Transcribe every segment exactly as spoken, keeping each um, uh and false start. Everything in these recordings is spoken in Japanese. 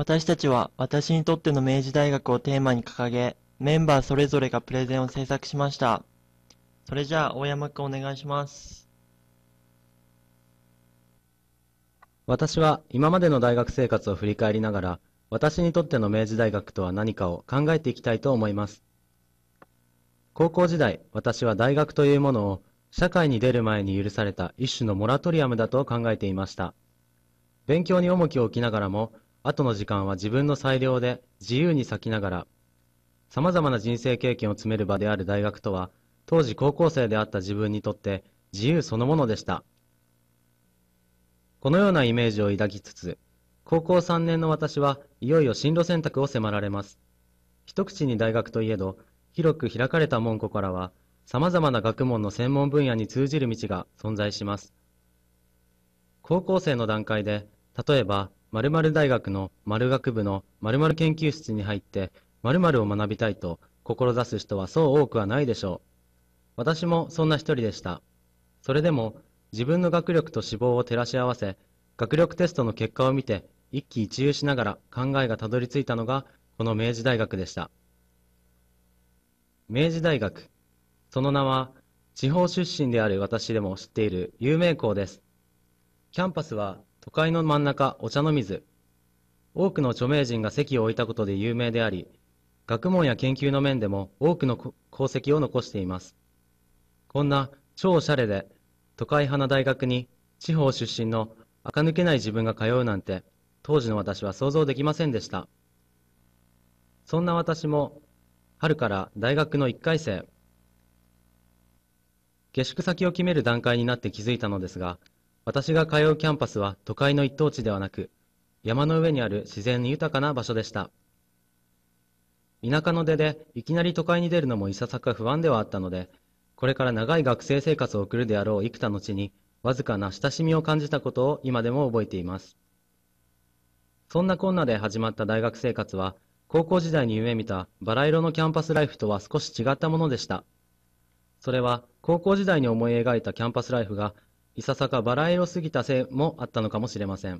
私たちは私にとっての明治大学をテーマに掲げ、メンバーそれぞれがプレゼンを制作しました。それじゃあ、大山くんお願いします。 私は今までの大学生活を振り返りながら、私にとっての明治大学とは何かを考えていきたいと思います。高校時代、私は大学というものを社会に出る前に許された一種のモラトリアムだと考えていました。勉強に重きを置きながらも、後の時間は自分の裁量で自由に咲きながら、様々な人生経験を積める場である大学とは、当時高校生であった自分にとって自由そのものでした。このようなイメージを抱きつつ、高校さんねんの私はいよいよ進路選択を迫られます。一口に大学といえど、広く開かれた門戸からは、様々な学問の専門分野に通じる道が存在します。高校生の段階で、例えば、〇〇大学の〇学部の〇〇研究室に入って、〇〇を学びたいと志す人はそう多くはないでしょう。私もそんな一人でした。それでも、自分の学力と志望を照らし合わせ、学力テストの結果を見て、一喜一憂しながら考えがたどり着いたのが、この明治大学でした。明治大学。その名は、地方出身である私でも知っている有名校です。キャンパスは、都会の真ん中、お茶の水。多くの著名人が籍を置いたことで有名であり、学問や研究の面でも多くの功績を残しています。こんな超おしゃれで、都会派な大学に地方出身の垢抜けない自分が通うなんて、当時の私は想像できませんでした。そんな私も、春から大学のいっかい生、下宿先を決める段階になって気づいたのですが、私が通うキャンパスは都会の一等地ではなく、山の上にある自然豊かな場所でした。田舎の出でいきなり都会に出るのもいささか不安ではあったので、これから長い学生生活を送るであろう幾多の地に、わずかな親しみを感じたことを今でも覚えています。そんなこんなで始まった大学生活は、高校時代に夢見たバラ色のキャンパスライフとは少し違ったものでした。それは、高校時代に思い描いたキャンパスライフが、いささかバラ色すぎたせいもあったのかもしれません。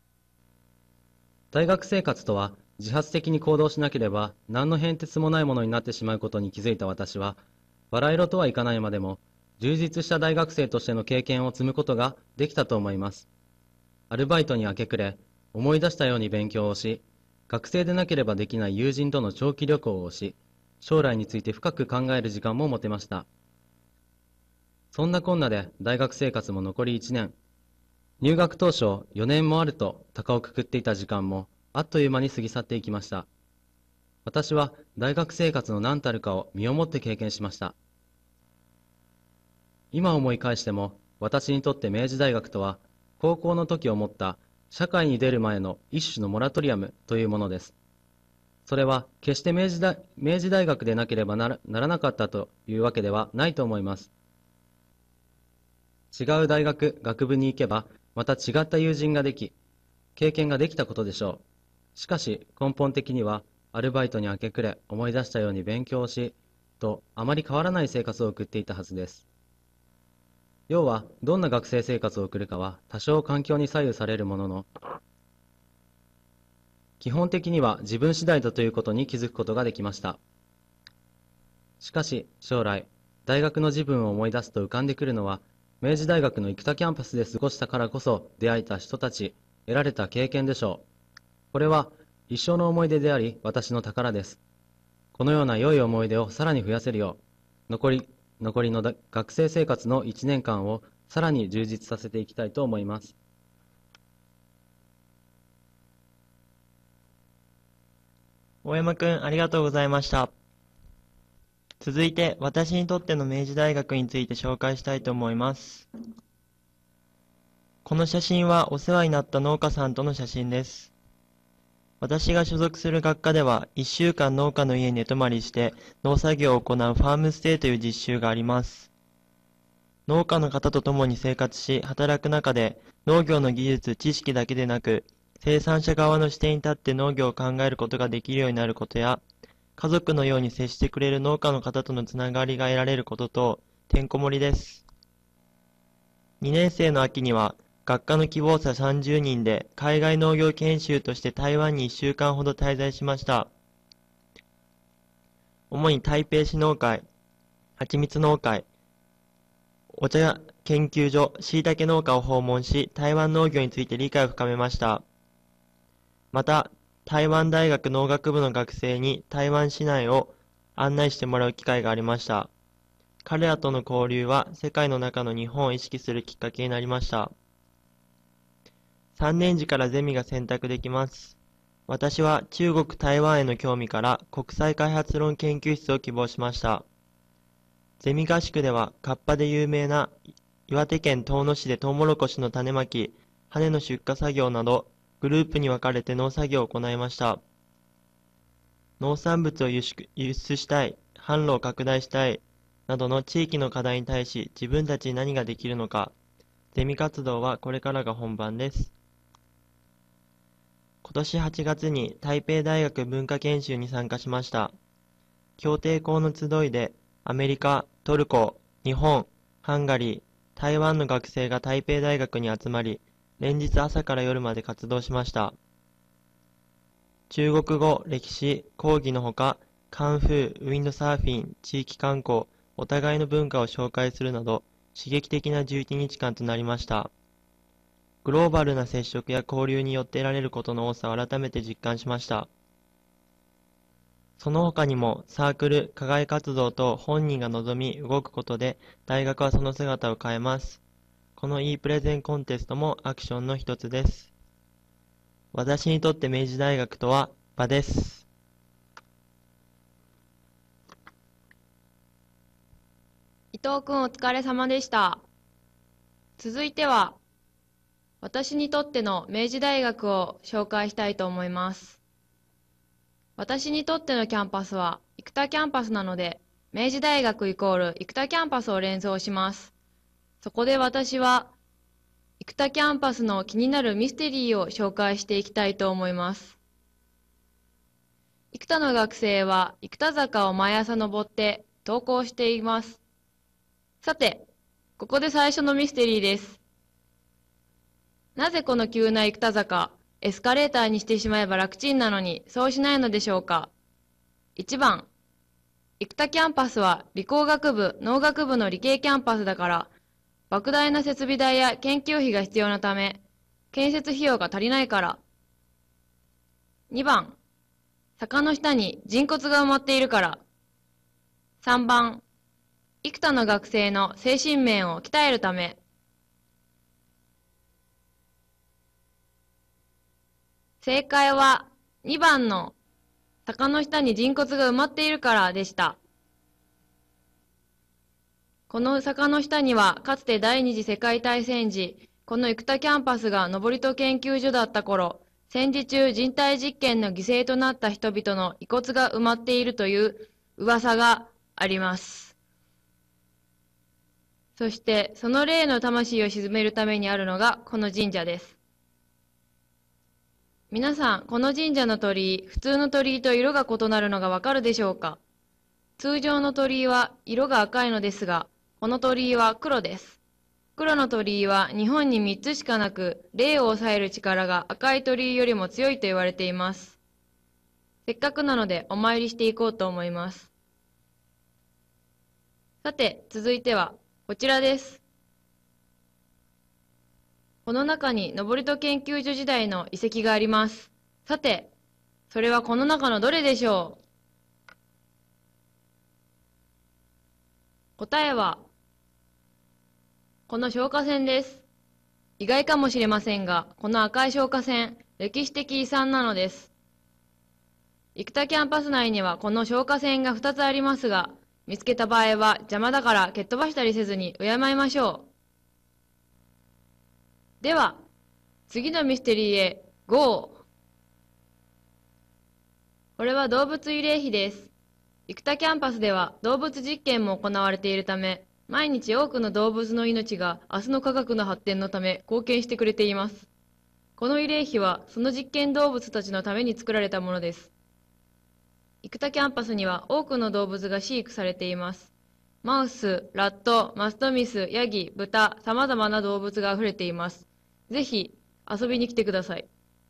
大学生活とは、自発的に行動しなければ、何の変哲もないものになってしまうことに気づいた私は、バラ色とはいかないまでも、充実した大学生としての経験を積むことができたと思います。アルバイトに明け暮れ、思い出したように勉強をし、学生でなければできない友人との長期旅行をし、将来について深く考える時間も持てました。そんなこんなで大学生活も残りいちねん。入学当初よねんもあると高をくくっていた時間もあっという間に過ぎ去っていきました。私は大学生活の何たるかを身をもって経験しました。今思い返しても私にとって明治大学とは高校の時を持った社会に出る前の一種のモラトリアムというものです。それは決して明治大、明治大学でなければなら、ならなかったというわけではないと思います。違う大学、学部に行けばまた違った友人ができ、経験ができたことでしょう。しかし根本的にはアルバイトに明け暮れ思い出したように勉強をし、とあまり変わらない生活を送っていたはずです。要はどんな学生生活を送るかは多少環境に左右されるものの、基本的には自分次第だということに気づくことができました。しかし将来、大学の自分を思い出すと浮かんでくるのは、明治大学の生田キャンパスで過ごしたからこそ出会えた人たち、得られた経験でしょう。これは一生の思い出であり、私の宝です。このような良い思い出をさらに増やせるよう、残り、残りの学生生活のいちねんかんをさらに充実させていきたいと思います。 大山くん、ありがとうございました。続いて、私にとっての明治大学について紹介したいと思います。この写真はお世話になった農家さんとの写真です。私が所属する学科では、いっしゅうかん農家の家に寝泊まりして農作業を行うファームステイという実習があります。農家の方と共に生活し、働く中で農業の技術、知識だけでなく、生産者側の視点に立って農業を考えることができるようになることや、家族のように接してくれる農家の方とのつながりが得られることと、てんこ盛りです。にねん生の秋には、 学科の希望者さんじゅうにんで海外農業研修として台湾にいっしゅうかんほど滞在しました。主に台北市農会、蜂蜜農会、お茶研究所、椎茸農家を訪問し、台湾農業について理解を深めました。また、台湾大学農学部の学生に台湾市内を案内してもらう機会がありました。彼らとの交流は世界の中の日本を意識するきっかけになりました。さんねん時からゼミが選択できます。私は中国台湾への興味から国際開発論研究室を希望しました。ゼミ合宿ではカッパで有名な岩手県遠野市でトウモロコシの種まき、種の出荷作業などグループに分かれて農作業を行いました。農産物を輸出輸出したい、販路を拡大したい、などの地域の課題に対し自分たちに何ができるのか、ゼミ活動はこれからが本番です。今年はちがつに台北大学文化研修に参加しました。協定校の集いでアメリカ、トルコ、日本、ハンガリー、台湾の学生が台北大学に集まり、連日朝から夜まで活動しました。中国語、歴史、講義のほか、カンフー、ウィンドサーフィン、地域観光、お互いの文化を紹介するなど、刺激的なじゅういちにちかんとなりました。グローバルな接触や交流によって得られることの多さを改めて実感しました。その他にもサークル、課外活動と本人が望み動くことで大学はその姿を変えます。この e プレゼンコンテストもアクションの一つです。私にとって明治大学とは場です。 伊藤君お疲れ様でした。続いては、私にとっての明治大学を紹介したいと思います。私にとってのキャンパスは生田キャンパスなので、明治大学イコール生田キャンパスを連想します。そこで私は、生田キャンパスの気になるミステリーを紹介していきたいと思います。生田の学生は生田坂を毎朝登って登校しています。さて、ここで最初のミステリーです。なぜこの急な生田坂、エスカレーターにしてしまえば楽ちんなのに、そうしないのでしょうか。いちばん、生田キャンパスは理工学部、農学部の理系キャンパスだから、莫大な設備代や研究費が必要なため、建設費用が足りないから。にばん、坂の下に人骨が埋まっているから。さんばん、生田の学生の精神面を鍛えるため。正解はにばんの坂の下に人骨が埋まっているからでした。この坂の下にはかつて第二次世界大戦時、この生田キャンパスが登戸研究所だった頃、戦時中人体実験の犠牲となった人々の遺骨が埋まっているという噂があります。そしてその霊の魂を鎮めるためにあるのがこの神社です。皆さん、この神社の鳥居、普通の鳥居と色が異なるのがわかるでしょうか。通常の鳥居は色が赤いのですが、この鳥居は黒です。黒の鳥居は日本にみっつしかなく、霊を抑える力が赤い鳥居よりも強いと言われています。せっかくなのでお参りしていこうと思います。さて、続いてはこちらです。この中に登戸研究所時代の遺跡があります。さて、それはこの中のどれでしょう？答えは、この消火栓です。意外かもしれませんが、この赤い消火栓、歴史的遺産なのです。生田キャンパス内にはこの消火栓がふたつありますが、見つけた場合は邪魔だから蹴っ飛ばしたりせずに敬いましょう。では、次のミステリーへ、ゴー。これは動物慰霊碑です。生田キャンパスでは動物実験も行われているため、毎日多くの動物の命が明日の科学の発展のため貢献してくれています。この慰霊碑はその実験動物たちのために作られたものです。生田キャンパスには多くの動物が飼育されています。マウス、ラット、マストミス、ヤギ、豚、様々な動物があふれています。 ぜひ遊びに来てください。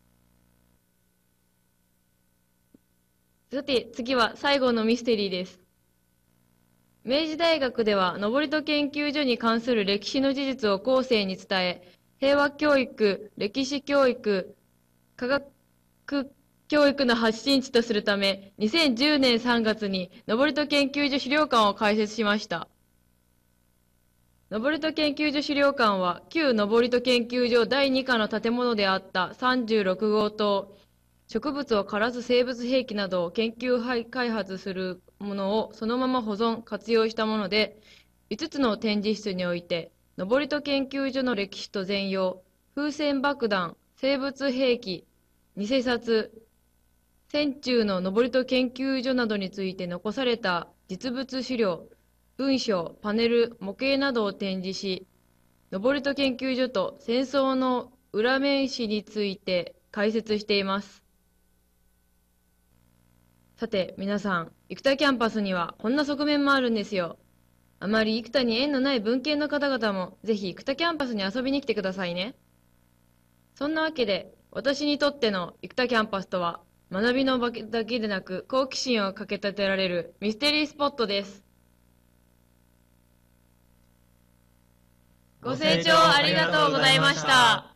さて、次は最後のミステリーです。明治大学では、登戸研究所に関する歴史の事実を後世に伝え、平和教育、歴史教育、科学教育の発信地とするため、にせんじゅうねんさんがつに登戸研究所資料館を開設しました。登戸研究所資料館は、旧登戸研究所だいに課の建物であったさんじゅうろくごうと、植物を枯らす生物兵器などを研究開発するものをそのまま保存、活用したもので、いつつの展示室において、登戸研究所の歴史と全容、風船爆弾、生物兵器、偽札、戦中の登戸研究所などについて残された実物資料、文章、パネル、模型などを展示し、登戸研究所と戦争の裏面史について解説しています。さて、皆さん、生田キャンパスにはこんな側面もあるんですよ。あまり生田に縁のない文系の方々も、ぜひ生田キャンパスに遊びに来てくださいね。そんなわけで、私にとっての生田キャンパスとは、学びの場だけでなく、好奇心をかけ立てられるミステリースポットです。ご清聴ありがとうございました。